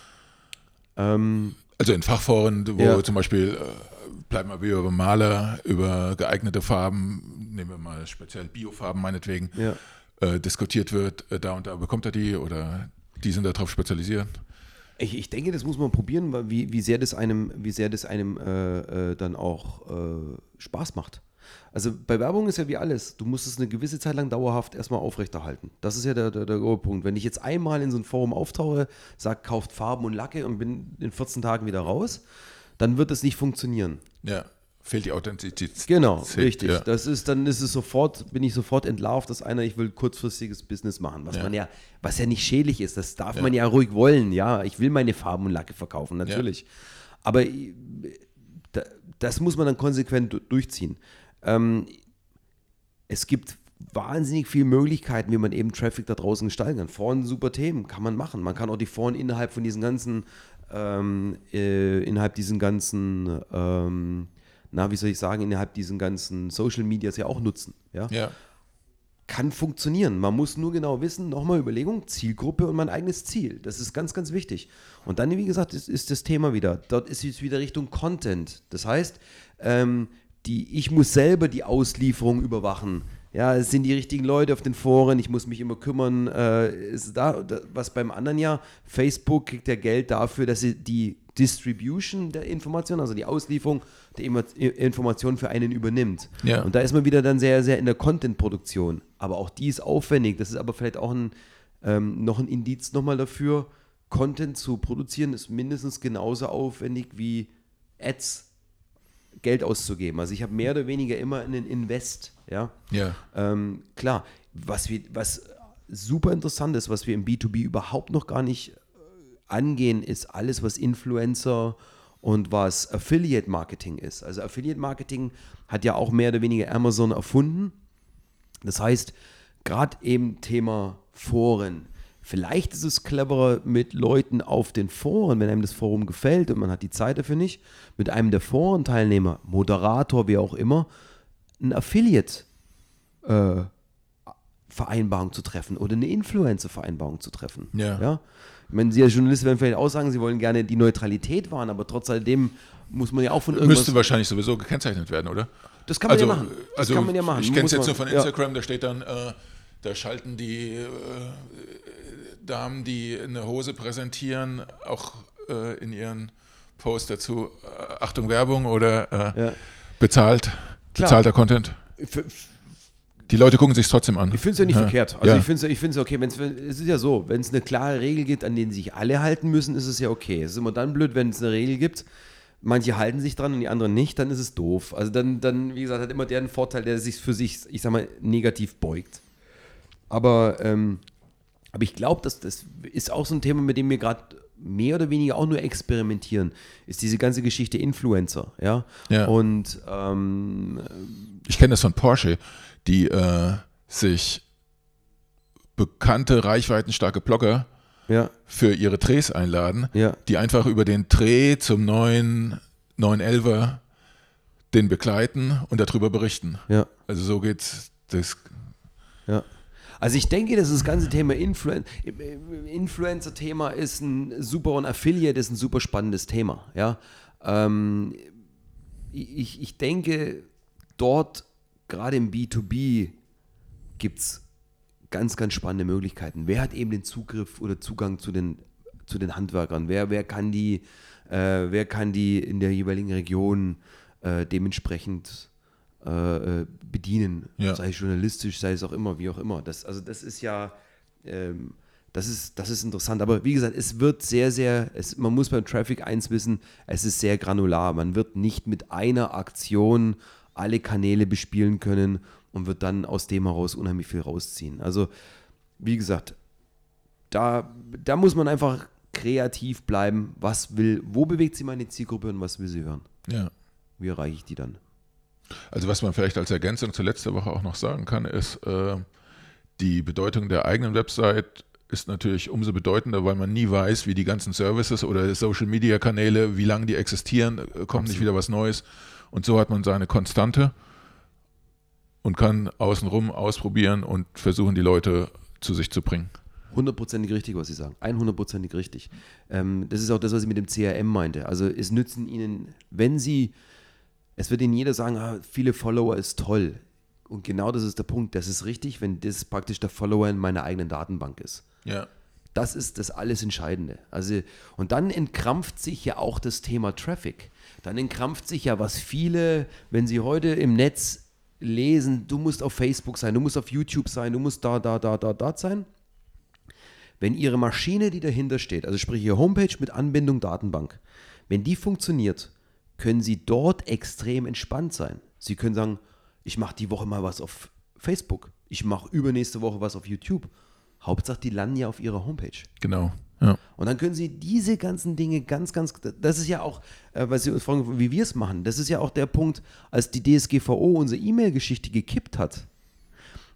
Ähm, also in Fachforen, wo ja. zum Beispiel, äh, bleiben wir über Maler, über geeignete Farben, nehmen wir mal speziell Biofarben meinetwegen, ja. äh, diskutiert wird, äh, da und da bekommt er die oder die sind darauf spezialisiert. Ich, ich denke, das muss man probieren, weil wie, wie sehr das einem, wie sehr das einem äh, äh, dann auch äh, Spaß macht. Also bei Werbung ist ja wie alles. Du musst es eine gewisse Zeit lang dauerhaft erstmal aufrechterhalten. Das ist ja der, der, der Punkt. Wenn ich jetzt einmal in so ein Forum auftauche, sage, kauft Farben und Lacke und bin in vierzehn Tagen wieder raus, dann wird das nicht funktionieren. Ja, fehlt die Authentizität. Genau, richtig. Ja. Das ist, dann ist es sofort, bin ich sofort entlarvt, dass einer, ich will kurzfristiges Business machen, was ja. man ja, was ja nicht schädlich ist. Das darf ja. man ja ruhig wollen. Ja, ich will meine Farben und Lacke verkaufen, natürlich. Ja. Aber das muss man dann konsequent durchziehen. Ähm, es gibt wahnsinnig viele Möglichkeiten, wie man eben Traffic da draußen gestalten kann. Foren, super Themen, kann man machen. Man kann auch die Foren innerhalb von diesen ganzen, ähm, äh, innerhalb diesen ganzen, ähm, na, wie soll ich sagen, innerhalb diesen ganzen Social Medias ja auch nutzen. Ja? Ja. Kann funktionieren. Man muss nur genau wissen, nochmal Überlegung, Zielgruppe und mein eigenes Ziel. Das ist ganz, ganz wichtig. Und dann, wie gesagt, ist, ist das Thema wieder. Dort ist es wieder Richtung Content. Das heißt, ähm, die, ich muss selber die Auslieferung überwachen. Ja, es sind die richtigen Leute auf den Foren, ich muss mich immer kümmern. Äh, ist da, da, was beim anderen Jahr, Facebook kriegt ja Geld dafür, dass sie die Distribution der Information, also die Auslieferung der Information für einen übernimmt. Ja. Und da ist man wieder dann sehr, sehr in der Content-Produktion. Aber auch die ist aufwendig. Das ist aber vielleicht auch ein, ähm, noch ein Indiz nochmal dafür, Content zu produzieren ist mindestens genauso aufwendig wie Ads Geld auszugeben. Also ich habe mehr oder weniger immer einen Invest. Ja, ja. Ähm, klar, was, wir, was super interessant ist, was wir im B zwei B überhaupt noch gar nicht äh, angehen, ist alles, was Influencer und was Affiliate Marketing ist. Also Affiliate Marketing hat ja auch mehr oder weniger Amazon erfunden. Das heißt, gerade eben Thema Foren. Vielleicht ist es cleverer mit Leuten auf den Foren, wenn einem das Forum gefällt und man hat die Zeit dafür nicht, mit einem der Forenteilnehmer, Moderator, wie auch immer, eine Affiliate-Vereinbarung äh, zu treffen oder eine Influencer-Vereinbarung zu treffen. Ja. Ja? Ich meine, Sie als Journalist werden vielleicht auch sagen, Sie wollen gerne die Neutralität wahren, aber trotz alledem muss man ja auch von irgendwas... Müsste wahrscheinlich sowieso gekennzeichnet werden, oder? Das kann man also, ja machen. Das also kann man ja machen. Ich kenne es jetzt man, nur von Instagram, ja. Da steht dann, äh, da schalten die äh, Damen, die eine Hose präsentieren, auch äh, in ihren Post dazu, äh, Achtung Werbung oder äh, ja. bezahlt, Klar. bezahlter Content. Für, die Leute gucken sich es trotzdem an. Ich finde es ja nicht ja. verkehrt. Also ja. ich finde es ich okay, wenn's, es ist ja so, wenn es eine klare Regel gibt, an denen sich alle halten müssen, ist es ja okay. Es ist immer dann blöd, wenn es eine Regel gibt, manche halten sich dran und die anderen nicht, dann ist es doof. Also dann, dann wie gesagt, hat immer der einen Vorteil, der sich für sich, ich sag mal, negativ beugt. Aber, ähm, aber ich glaube, das, das ist auch so ein Thema, mit dem wir gerade mehr oder weniger auch nur experimentieren, ist diese ganze Geschichte Influencer. Ja. ja. Und ähm, ich kenne das von Porsche, die äh, sich bekannte, reichweitenstarke Blogger ja. für ihre Drehs einladen, ja. die einfach über den Dreh zum neuen neun elfer den begleiten und darüber berichten. Ja. Also so geht's. Das ja. Also ich denke, dass das ganze Thema Influen- Influencer-Thema ist ein super und Affiliate ist ein super spannendes Thema. Ja? Ähm, ich, ich denke, dort, gerade im B zwei B, gibt es ganz, ganz spannende Möglichkeiten. Wer hat eben den Zugriff oder Zugang zu den, zu den Handwerkern? Wer, wer, kann die, äh, wer kann die in der jeweiligen Region äh, dementsprechend äh, bedienen? Ja. Sei es journalistisch, sei es auch immer, wie auch immer. Das, also das ist ja, ähm, das ist, das ist interessant. Aber wie gesagt, es wird sehr, sehr, es, man muss beim Traffic eins wissen, es ist sehr granular. Man wird nicht mit einer Aktion alle Kanäle bespielen können und wird dann aus dem heraus unheimlich viel rausziehen. Also, wie gesagt, da, da muss man einfach kreativ bleiben. Was will, wo bewegt sich meine Zielgruppe und was will sie hören? Ja. Wie erreiche ich die dann? Also was man vielleicht als Ergänzung zur letzten Woche auch noch sagen kann, ist, äh, die Bedeutung der eigenen Website ist natürlich umso bedeutender, weil man nie weiß, wie die ganzen Services oder Social-Media-Kanäle, wie lange die existieren, kommt Absolut. Nicht wieder was Neues. Und so hat man seine Konstante und kann außenrum ausprobieren und versuchen, die Leute zu sich zu bringen. Hundertprozentig richtig, was Sie sagen. Hundertprozentig richtig. Ähm, das ist auch das, was ich mit dem C R M meinte. Also es nützen Ihnen, wenn Sie, es wird Ihnen jeder sagen, ah, viele Follower ist toll. Und genau das ist der Punkt. Das ist richtig, wenn das praktisch der Follower in meiner eigenen Datenbank ist. Ja. Das ist das alles Entscheidende. Also, und dann entkrampft sich ja auch das Thema Traffic. Dann entkrampft sich ja, was viele, wenn sie heute im Netz lesen, du musst auf Facebook sein, du musst auf YouTube sein, du musst da, da, da, da, da sein. Wenn Ihre Maschine, die dahinter steht, also sprich Ihre Homepage mit Anbindung Datenbank, wenn die funktioniert, können Sie dort extrem entspannt sein. Sie können sagen, ich mache die Woche mal was auf Facebook, ich mache übernächste Woche was auf YouTube. Hauptsache, die landen ja auf Ihrer Homepage. Genau. Ja. Und dann können Sie diese ganzen Dinge ganz, ganz, das ist ja auch, äh, weil Sie uns fragen, wie wir es machen, das ist ja auch der Punkt, als die D S G V O unsere E-Mail-Geschichte gekippt hat.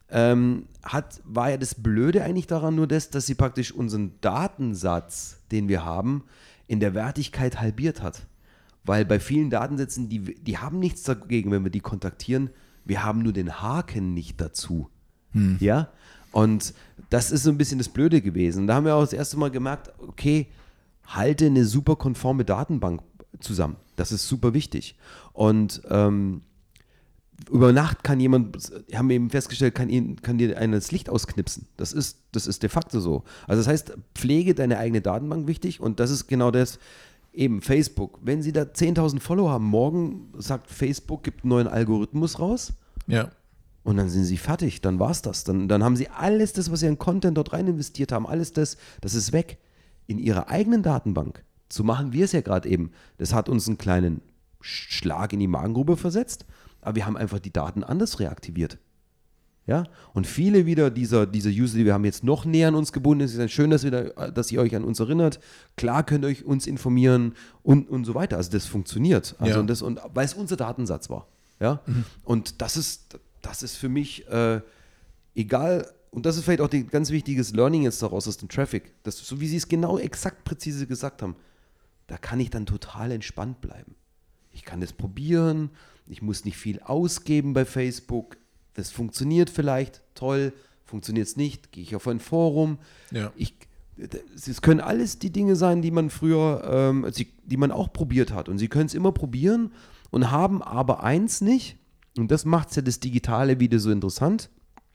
ähm, hat, war ja das Blöde eigentlich daran nur das, dass sie praktisch unseren Datensatz, den wir haben, in der Wertigkeit halbiert hat. Weil bei vielen Datensätzen, die, die haben nichts dagegen, wenn wir die kontaktieren, wir haben nur den Haken nicht dazu. Hm. Ja? Und das ist so ein bisschen das Blöde gewesen. Da haben wir auch das erste Mal gemerkt, okay, halte eine super konforme Datenbank zusammen. Das ist super wichtig. Und ähm, über Nacht kann jemand, haben wir eben festgestellt, kann, ihn, kann dir einer das Licht ausknipsen. Das ist, das ist de facto so. Also das heißt, pflege deine eigene Datenbank wichtig und das ist genau das, eben Facebook. Wenn Sie da zehntausend Follower haben, morgen sagt Facebook, gibt einen neuen Algorithmus raus. Ja. Und dann sind Sie fertig, dann war es das. Dann, dann haben Sie alles das, was Sie an Content dort rein investiert haben, alles das, das ist weg. In Ihrer eigenen Datenbank. So machen wir es ja gerade eben. Das hat uns einen kleinen Schlag in die Magengrube versetzt, aber wir haben einfach die Daten anders reaktiviert. Ja? Und viele wieder dieser, dieser User, die wir haben jetzt noch näher an uns gebunden, es ist schön, dass, wir da, dass ihr euch an uns erinnert. Klar könnt ihr euch uns informieren und, und so weiter. Also das funktioniert. Also ja. und das, und, weil es unser Datensatz war. Ja? Mhm. Und das ist, das ist für mich äh, egal. Und das ist vielleicht auch ein ganz wichtiges Learning jetzt daraus aus dem Traffic. Das, so wie Sie es genau exakt präzise gesagt haben, da kann ich dann total entspannt bleiben. Ich kann das probieren, ich muss nicht viel ausgeben bei Facebook. Das funktioniert vielleicht, toll, funktioniert es nicht, gehe ich auf ein Forum. Ja. Ich, es können alles die Dinge sein, die man früher, ähm, die man auch probiert hat. Und Sie können es immer probieren und haben aber eins nicht, und das macht ja das Digitale wieder so interessant.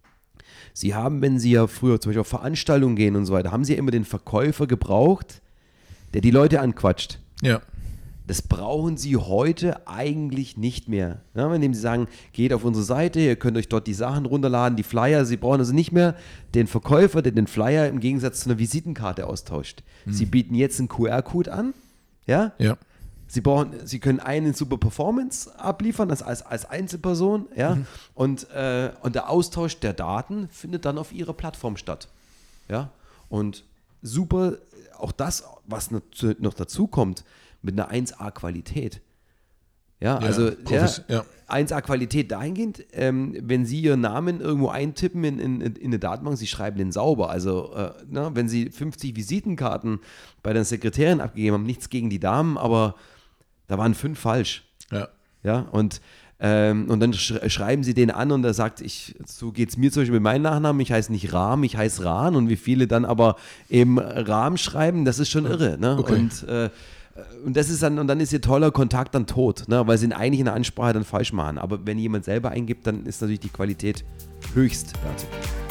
Sie haben, wenn Sie ja früher zum Beispiel auf Veranstaltungen gehen und so weiter, haben Sie ja immer den Verkäufer gebraucht, der die Leute anquatscht. Ja. Das brauchen Sie heute eigentlich nicht mehr. Ja, indem Sie sagen, geht auf unsere Seite, ihr könnt euch dort die Sachen runterladen, die Flyer. Sie brauchen also nicht mehr den Verkäufer, der den Flyer im Gegensatz zu einer Visitenkarte austauscht. Hm. Sie bieten jetzt einen Q R-Code an. Ja? Ja. Sie, brauchen, Sie können einen super Performance abliefern als, als, als Einzelperson. Ja? Mhm. Und, äh, und der Austausch der Daten findet dann auf Ihrer Plattform statt. Ja? Und super, auch das, was noch dazu kommt, mit einer eins A Qualität. Ja, ja, also ja, ja. eins A Qualität dahingehend, ähm, wenn Sie Ihren Namen irgendwo eintippen in, in, in eine Datenbank, Sie schreiben den sauber. Also äh, na, wenn Sie fünfzig Visitenkarten bei der Sekretärin abgegeben haben, nichts gegen die Damen, aber da waren fünf falsch. Ja. Ja, und, ähm, und dann sch- schreiben Sie den an und er sagt, ich, so geht es mir zum Beispiel mit meinem Nachnamen, ich heiße nicht Rahm, ich heiße Rahn, und wie viele dann aber eben Rahm schreiben, das ist schon irre. Ne? Okay. Und äh, Und das ist dann, und dann ist ihr toller Kontakt dann tot, ne? Weil sie ihn eigentlich in der Ansprache dann falsch machen. Aber wenn jemand selber eingibt, dann ist natürlich die Qualität höchstwertig.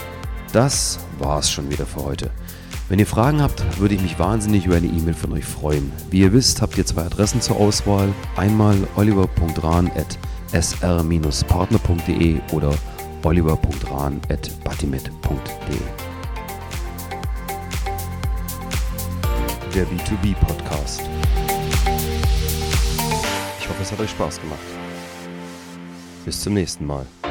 Das war's schon wieder für heute. Wenn ihr Fragen habt, würde ich mich wahnsinnig über eine E-Mail von euch freuen. Wie ihr wisst, habt ihr zwei Adressen zur Auswahl. Einmal oliver punkt rahn at s r dash partner punkt d e oder oliver punkt rahn at batimet punkt d e. Der B zwei B Podcast. Ich hoffe, es hat euch Spaß gemacht. Bis zum nächsten Mal.